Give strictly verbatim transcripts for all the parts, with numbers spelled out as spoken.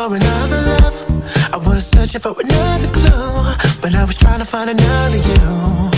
for another love. I was searching for another clue, but I was trying to find another you.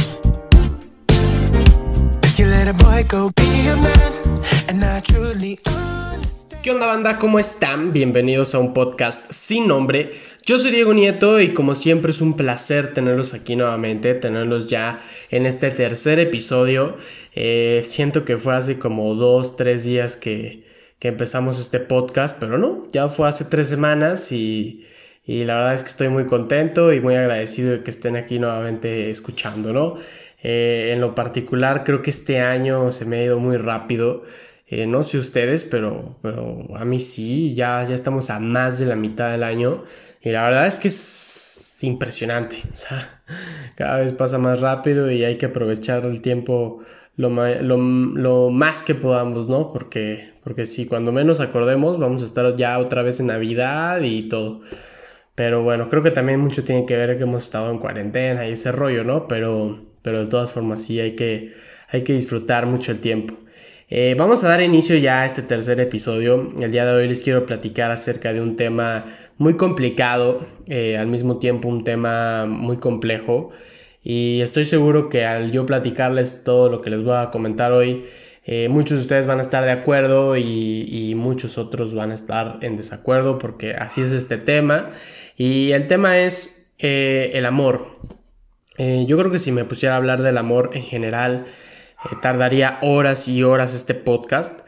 You let a boy go be a man, and I truly understand. ¿Qué onda, banda? ¿Cómo están? Bienvenidos a un podcast sin nombre. Yo soy Diego Nieto y como siempre es un placer tenerlos aquí nuevamente, tenerlos ya en este tercer episodio. Eh, siento que fue hace como dos, tres días que, que empezamos este podcast, pero no, ya fue hace tres semanas y, y la verdad es que estoy muy contento y muy agradecido de que estén aquí nuevamente escuchando, ¿no? Eh, en lo particular creo que este año se me ha ido muy rápido. Eh, no sé ustedes, pero, pero a mí sí, ya, ya estamos a más de la mitad del año y la verdad es que es impresionante. O sea, cada vez pasa más rápido y hay que aprovechar el tiempo lo, lo, lo más que podamos, ¿no? Porque, porque si cuando menos acordemos vamos a estar ya otra vez en Navidad y todo. Pero bueno, creo que también mucho tiene que ver que hemos estado en cuarentena y ese rollo, ¿no? Pero, pero de todas formas sí hay que, hay que disfrutar mucho el tiempo. Eh, vamos a dar inicio ya a este tercer episodio. El día de hoy les quiero platicar acerca de un tema muy complicado, eh, al mismo tiempo un tema muy complejo. Y estoy seguro que al yo platicarles todo lo que les voy a comentar hoy, eh, muchos de ustedes van a estar de acuerdo y, y muchos otros van a estar en desacuerdo porque así es este tema. Y el tema es eh, el amor. Eh, yo creo que si me pusiera a hablar del amor en general, Eh, tardaría horas y horas este podcast,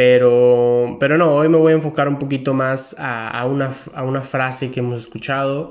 pero, pero no, hoy me voy a enfocar un poquito más a, a, una, a una frase que hemos escuchado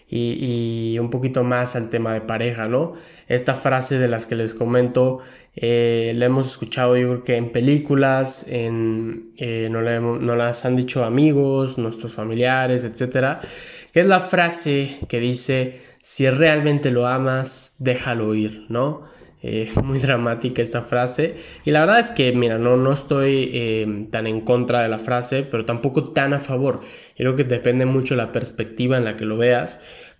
y, y un poquito más al tema de pareja, ¿no? Esta frase de las que les comento, eh, la hemos escuchado yo creo que en películas, en, eh, nos, la hemos, nos las han dicho amigos, nuestros familiares, etcétera, que es la frase que dice, si realmente lo amas, déjalo ir, ¿no? Eh, muy dramática esta frase y la verdad es que mira no, no estoy eh, tan en contra de la frase pero tampoco tan a favor. Creo que depende mucho la perspectiva en la que lo veas,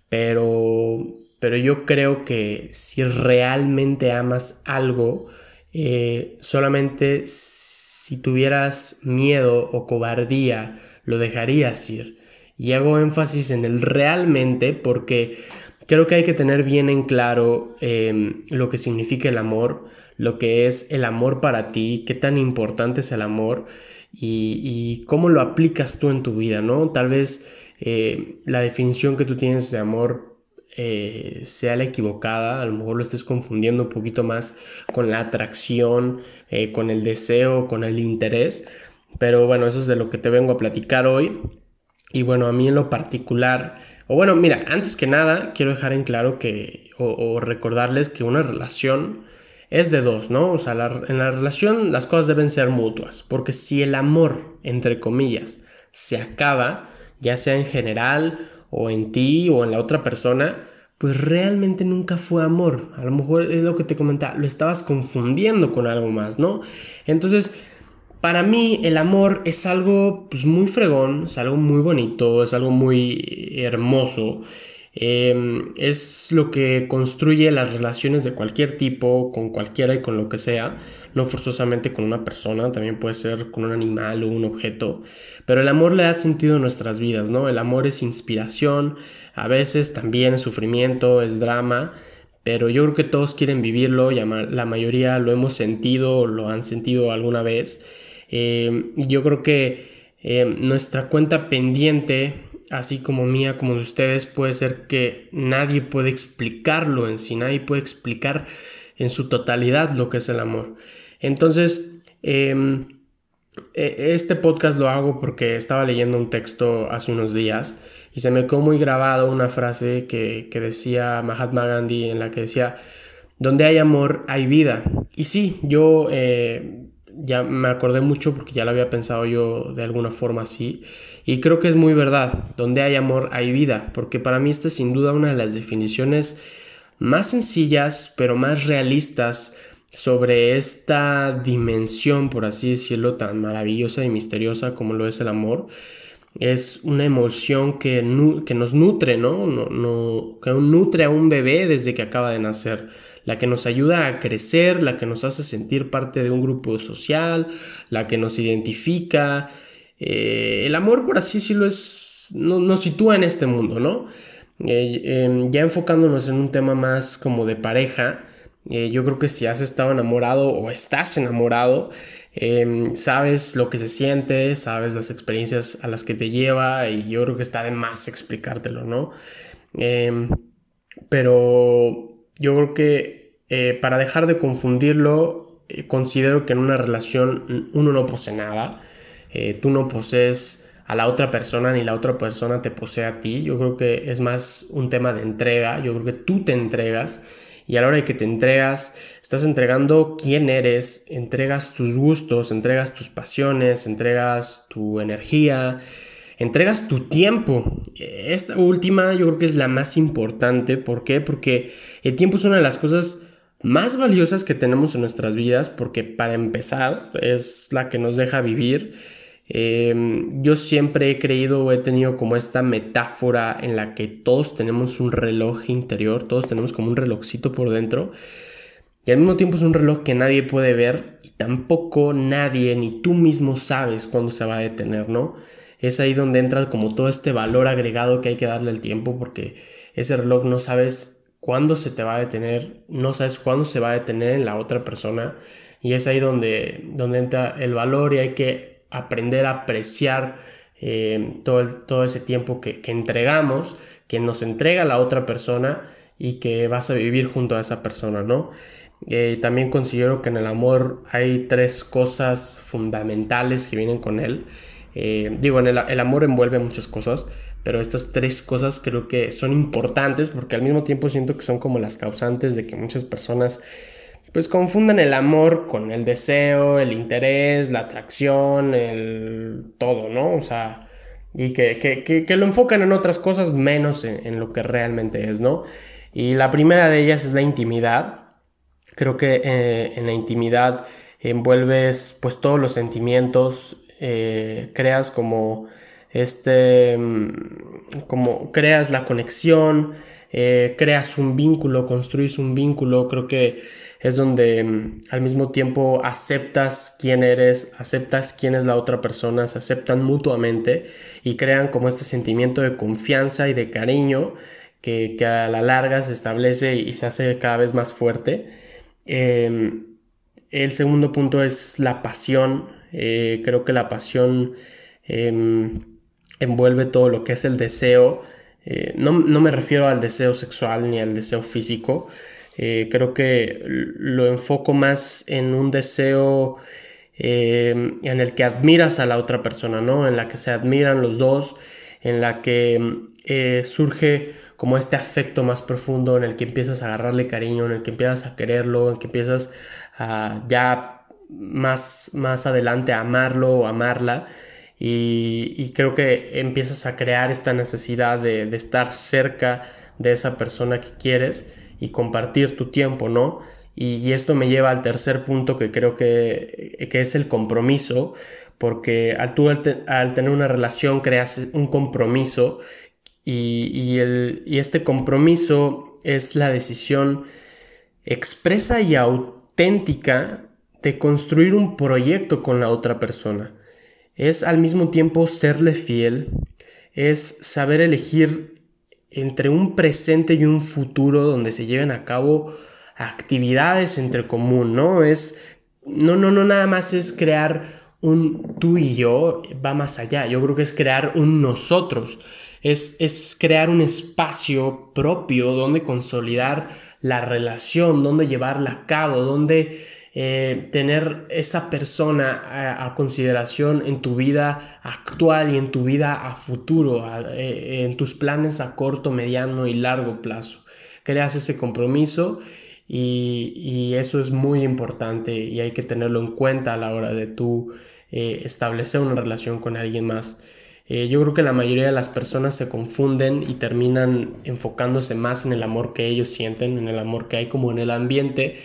pero, pero yo creo que si realmente amas algo, eh, solamente si tuvieras miedo o cobardía lo dejarías ir, y hago énfasis en el realmente porque creo que hay que tener bien en claro eh, lo que significa el amor, lo que es el amor para ti, qué tan importante es el amor y, y cómo lo aplicas tú en tu vida, ¿no? Tal vez eh, la definición que tú tienes de amor eh, sea la equivocada, a lo mejor lo estés confundiendo un poquito más con la atracción, eh, con el deseo, con el interés, pero bueno, eso es de lo que te vengo a platicar hoy. Y bueno, a mí en lo particular, o bueno, mira, antes que nada quiero dejar en claro que, o, o recordarles que una relación es de dos, ¿no? O sea, la, en la relación las cosas deben ser mutuas, porque si el amor, entre comillas, se acaba, ya sea en general, o en ti, o en la otra persona, pues realmente nunca fue amor. A lo mejor es lo que te comentaba, lo estabas confundiendo con algo más, ¿no? Entonces, para mí el amor es algo pues, muy fregón, es algo muy bonito, es algo muy hermoso. Eh, es lo que construye las relaciones de cualquier tipo, con cualquiera y con lo que sea. No forzosamente con una persona, también puede ser con un animal o un objeto. Pero el amor le da sentido a nuestras vidas, ¿no? El amor es inspiración, a veces también es sufrimiento, es drama. Pero yo creo que todos quieren vivirlo, y la mayoría lo hemos sentido o lo han sentido alguna vez. Eh, yo creo que eh, nuestra cuenta pendiente, así como mía, como de ustedes, puede ser que nadie puede explicarlo en sí, nadie puede explicar en su totalidad lo que es el amor. Entonces, eh, este podcast lo hago porque estaba leyendo un texto hace unos días y se me quedó muy grabado una frase que, que decía Mahatma Gandhi, en la que decía, donde hay amor hay vida. Y sí, yo eh, ya me acordé mucho porque ya lo había pensado yo de alguna forma así, y creo que es muy verdad, donde hay amor hay vida, porque para mí esta es sin duda una de las definiciones más sencillas pero más realistas sobre esta dimensión, por así decirlo, tan maravillosa y misteriosa como lo es el amor. Es una emoción que, nu- que nos nutre, ¿no? No, no, que nutre a un bebé desde que acaba de nacer, la que nos ayuda a crecer, la que nos hace sentir parte de un grupo social, la que nos identifica. Eh, el amor, por así decirlo, es nos, no, nos sitúa en este mundo, ¿no? Eh, eh, ya enfocándonos en un tema más como de pareja, eh, yo creo que si has estado enamorado o estás enamorado, eh, sabes lo que se siente, sabes las experiencias a las que te lleva, y yo creo que está de más explicártelo, ¿no? Eh, pero yo creo que eh, para dejar de confundirlo, eh, considero que en una relación uno no posee nada. Eh, tú no posees a la otra persona ni la otra persona te posee a ti. Yo creo que es más un tema de entrega. Yo creo que tú te entregas, y a la hora de que te entregas, estás entregando quién eres, entregas tus gustos, entregas tus pasiones, entregas tu energía, entregas tu tiempo. Esta última yo creo que es la más importante. ¿Por qué? Porque el tiempo es una de las cosas más valiosas que tenemos en nuestras vidas, porque para empezar es la que nos deja vivir. Eh, yo siempre he creído o he tenido como esta metáfora en la que todos tenemos un reloj interior, todos tenemos como un relojcito por dentro, y al mismo tiempo es un reloj que nadie puede ver, y tampoco nadie ni tú mismo sabes cuándo se va a detener, ¿no? Es ahí donde entra como todo este valor agregado que hay que darle al tiempo, porque ese reloj no sabes cuándo se te va a detener, no sabes cuándo se va a detener en la otra persona, y es ahí donde, donde entra el valor, y hay que aprender a apreciar eh, todo, el, todo ese tiempo que, que entregamos, que nos entrega la otra persona y que vas a vivir junto a esa persona, ¿no? Eh, también considero que en el amor hay tres cosas fundamentales que vienen con él. Eh, digo, en el, el amor envuelve muchas cosas, pero estas tres cosas creo que son importantes, porque al mismo tiempo siento que son como las causantes de que muchas personas pues confundan el amor con el deseo, el interés, la atracción, el todo, ¿no? O sea, y que, que, que, que lo enfocan en otras cosas menos en, en lo que realmente es, ¿no? Y la primera de ellas es la intimidad. Creo que eh, en la intimidad envuelves pues todos los sentimientos, eh, creas como este, como creas la conexión, eh, creas un vínculo, construyes un vínculo. Creo que es donde um, al mismo tiempo aceptas quién eres, aceptas quién es la otra persona, se aceptan mutuamente y crean como este sentimiento de confianza y de cariño que, que a la larga se establece y se hace cada vez más fuerte. Eh, el segundo punto es la pasión. Eh, creo que la pasión eh, envuelve todo lo que es el deseo. Eh, no, no me refiero al deseo sexual ni al deseo físico. Eh, creo que lo enfoco más en un deseo eh, en el que admiras a la otra persona, ¿no? En la que se admiran los dos, en la que eh, surge como este afecto más profundo, en el que empiezas a agarrarle cariño, en el que empiezas a quererlo, en que empiezas a ya más, más adelante a amarlo o amarla. Y, y creo que empiezas a crear esta necesidad de, de estar cerca de esa persona que quieres y compartir tu tiempo, ¿no? Y, y esto me lleva al tercer punto, que creo que, que es el compromiso, porque al, tú al, te, al tener una relación creas un compromiso, y, y, el, y este compromiso es la decisión expresa y auténtica de construir un proyecto con la otra persona. Es al mismo tiempo serle fiel, es saber elegir entre un presente y un futuro donde se lleven a cabo actividades entre común, ¿no? Es, no, no, no nada más es crear un tú y yo, va más allá. Yo creo que es crear un nosotros, es, es crear un espacio propio donde consolidar la relación, donde llevarla a cabo, donde Eh, tener esa persona a, a consideración en tu vida actual y en tu vida a futuro, a, eh, en tus planes a corto, mediano y largo plazo. Creas ese compromiso y, y eso es muy importante y hay que tenerlo en cuenta a la hora de tú eh, establecer una relación con alguien más. Eh, yo creo que la mayoría de las personas se confunden y terminan enfocándose más en el amor que ellos sienten, en el amor que hay como en el ambiente,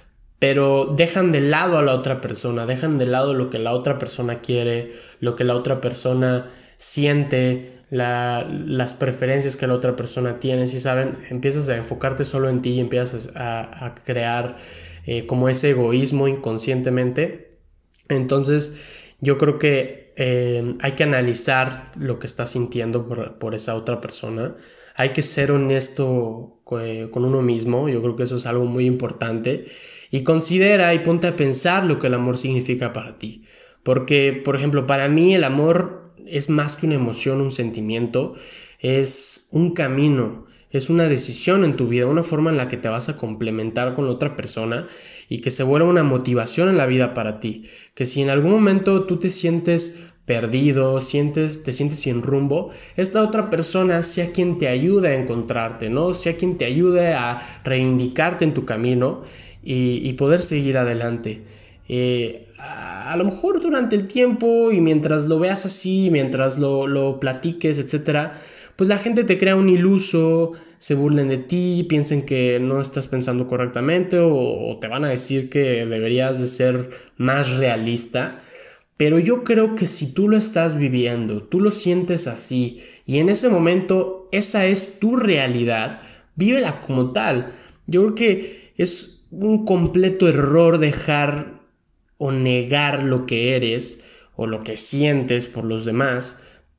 pero dejan de lado a la otra persona, dejan de lado lo que la otra persona quiere, lo que la otra persona siente, la, las preferencias que la otra persona tiene. Si saben, empiezas a enfocarte solo en ti y empiezas a, a crear eh, como ese egoísmo inconscientemente. Entonces yo creo que eh, hay que analizar lo que estás sintiendo por, por esa otra persona. Hay que ser honesto con, con uno mismo. Yo creo que eso es algo muy importante. Y considera y ponte a pensar lo que el amor significa para ti. Porque, por ejemplo, para mí el amor es más que una emoción, un sentimiento. Es un camino, es una decisión en tu vida, una forma en la que te vas a complementar con la otra persona y que se vuelva una motivación en la vida para ti. Que si en algún momento tú te sientes perdido, sientes, te sientes sin rumbo, esta otra persona sea quien te ayude a encontrarte, ¿no? Sea quien te ayude a reivindicarte en tu camino y, y poder seguir adelante. Eh, a, a lo mejor durante el tiempo y mientras lo veas así, mientras lo, lo platiques, etcétera, pues la gente te crea un iluso, se burlen de ti, piensen que no estás pensando correctamente o, o te van a decir que deberías de ser más realista. Pero yo creo que si tú lo estás viviendo, tú lo sientes así y en ese momento esa es tu realidad, vívela como tal. Yo creo que es un completo error dejar o negar lo que eres o lo que sientes por los demás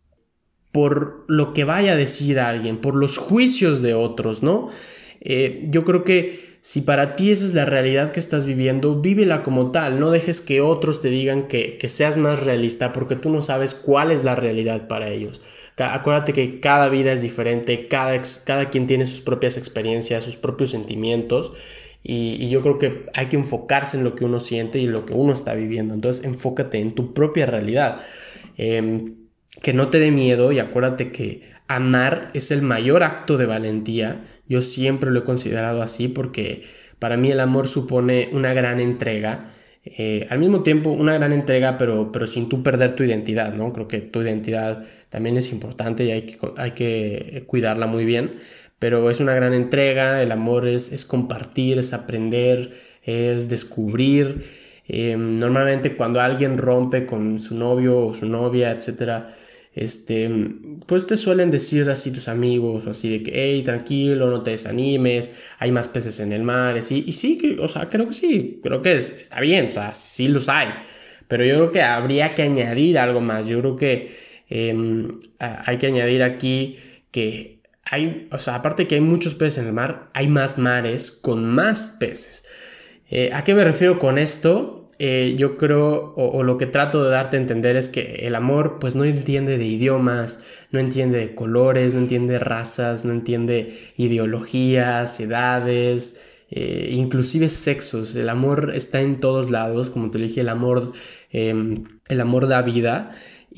por lo que vaya a decir alguien, por los juicios de otros, ¿no? Eh, yo creo que si para ti esa es la realidad que estás viviendo, vívela como tal, no dejes que otros te digan que, que seas más realista porque tú no sabes cuál es la realidad para ellos. Acuérdate que cada vida es diferente, cada, cada quien tiene sus propias experiencias, sus propios sentimientos y, y yo creo que hay que enfocarse en lo que uno siente y lo que uno está viviendo. Entonces enfócate en tu propia realidad. Eh, que no te dé miedo y acuérdate que amar es el mayor acto de valentía. Yo siempre lo he considerado así porque para mí el amor supone una gran entrega. Eh, al mismo tiempo una gran entrega pero, pero sin tú perder tu identidad, ¿no? Creo que tu identidad también es importante y hay que, hay que cuidarla muy bien, pero es una gran entrega. El amor es, es compartir, es aprender, es descubrir. Eh, normalmente cuando alguien rompe con su novio o su novia, etcétera, este, pues te suelen decir así tus amigos, así de que, hey, tranquilo, no te desanimes, hay más peces en el mar, así, y sí, que, o sea, creo que sí, creo que es, está bien, o sea, sí los hay, pero yo creo que habría que añadir algo más. Yo creo que eh, hay que añadir aquí que hay, o sea, aparte que hay muchos peces en el mar, hay más mares con más peces. Eh, ¿a qué me refiero con esto? Eh, yo creo, o, o lo que trato de darte a entender es que el amor pues no entiende de idiomas, no entiende de colores, no entiende razas, no entiende ideologías, edades, eh, inclusive sexos. El amor está en todos lados, como te dije, el amor, eh, el amor da vida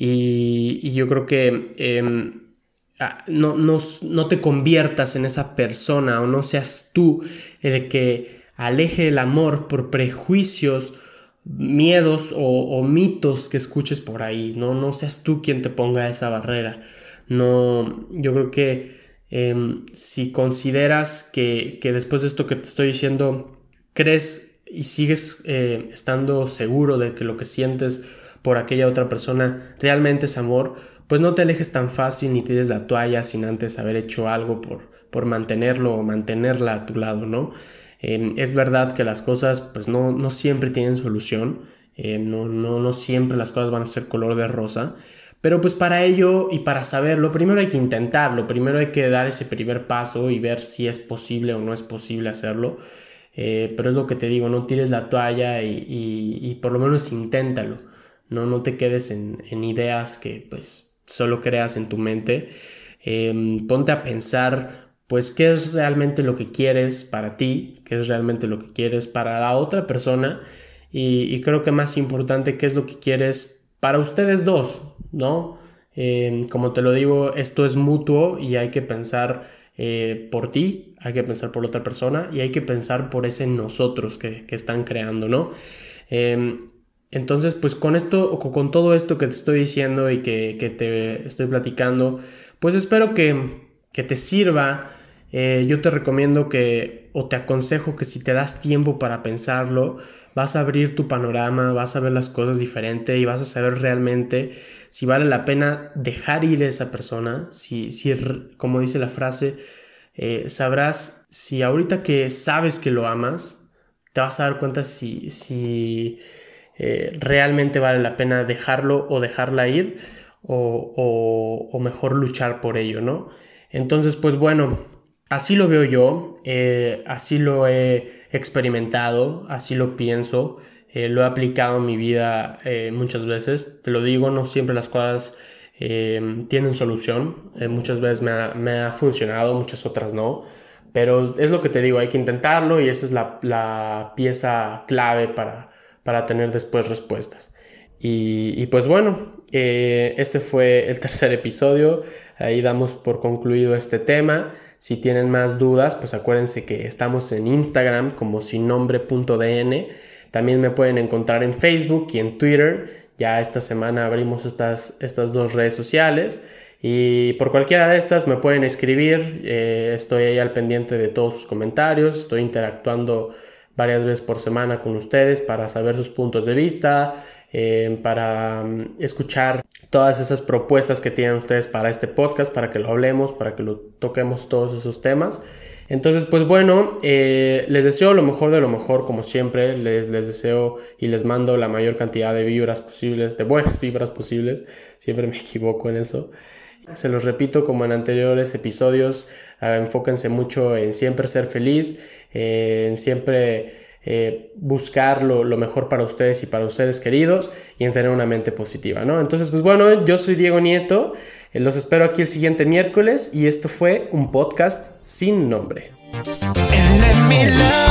y, y yo creo que... Eh, no, no, no te conviertas en esa persona o no seas tú el que aleje el amor por prejuicios, miedos o, o mitos que escuches por ahí. No, no seas tú quien te ponga esa barrera. No, yo creo que eh, si consideras que, que después de esto que te estoy diciendo crees y sigues eh, estando seguro de que lo que sientes por aquella otra persona realmente es amor, pues no te alejes tan fácil ni tires la toalla sin antes haber hecho algo por, por mantenerlo o mantenerla a tu lado, ¿no? Eh, es verdad que las cosas pues no, no siempre tienen solución, eh, no, no, no siempre las cosas van a ser color de rosa, pero pues para ello y para saberlo, primero hay que intentarlo, primero hay que dar ese primer paso y ver si es posible o no es posible hacerlo, eh, pero es lo que te digo, no tires la toalla y, y, y por lo menos inténtalo, no, no te quedes en, en ideas que pues solo creas en tu mente. Eh, ponte a pensar pues qué es realmente lo que quieres para ti, qué es realmente lo que quieres para la otra persona y, y creo que más importante, qué es lo que quieres para ustedes dos, ¿no? Eh, como te lo digo, esto es mutuo y hay que pensar eh, por ti, hay que pensar por la otra persona y hay que pensar por ese nosotros que, que están creando, ¿no? Eh, entonces, pues con esto, o con todo esto que te estoy diciendo y que, que te estoy platicando, pues espero que, que te sirva. Eh, yo te recomiendo que, o te aconsejo que si te das tiempo para pensarlo, vas a abrir tu panorama, vas a ver las cosas diferente y vas a saber realmente si vale la pena dejar ir a esa persona, si, si como dice la frase, eh, sabrás si ahorita que sabes que lo amas, te vas a dar cuenta si... si eh, realmente vale la pena dejarlo o dejarla ir o, o, o mejor luchar por ello, ¿no? Entonces, pues bueno, así lo veo yo, eh, así lo he experimentado, así lo pienso, eh, lo he aplicado en mi vida eh, muchas veces. Te lo digo, no siempre las cosas eh, tienen solución, eh, muchas veces me ha, me ha funcionado, muchas otras no, pero es lo que te digo, hay que intentarlo y esa es la, la pieza clave para, para tener después respuestas. Y, y pues bueno, eh, este fue el tercer episodio, ahí damos por concluido este tema. Si tienen más dudas, pues acuérdense que estamos en Instagram como sinnombre punto d n. También me pueden encontrar en Facebook y en Twitter. Ya esta semana abrimos estas, estas dos redes sociales. Y por cualquiera de estas me pueden escribir. Eh, estoy ahí al pendiente de todos sus comentarios. Estoy interactuando varias veces por semana con ustedes para saber sus puntos de vista, eh, para um, escuchar todas esas propuestas que tienen ustedes para este podcast, para que lo hablemos, para que lo toquemos todos esos temas. Entonces, pues bueno, eh, les deseo lo mejor de lo mejor, como siempre. Les, les deseo y les mando la mayor cantidad de vibras posibles, de buenas vibras posibles. Siempre me equivoco en eso. Se los repito como en anteriores episodios, eh, enfóquense mucho en siempre ser feliz, eh, en siempre eh, buscar lo, lo mejor para ustedes y para sus seres queridos y en tener una mente positiva, ¿no? Entonces, pues bueno, yo soy Diego Nieto, eh, los espero aquí el siguiente miércoles y esto fue un podcast sin nombre.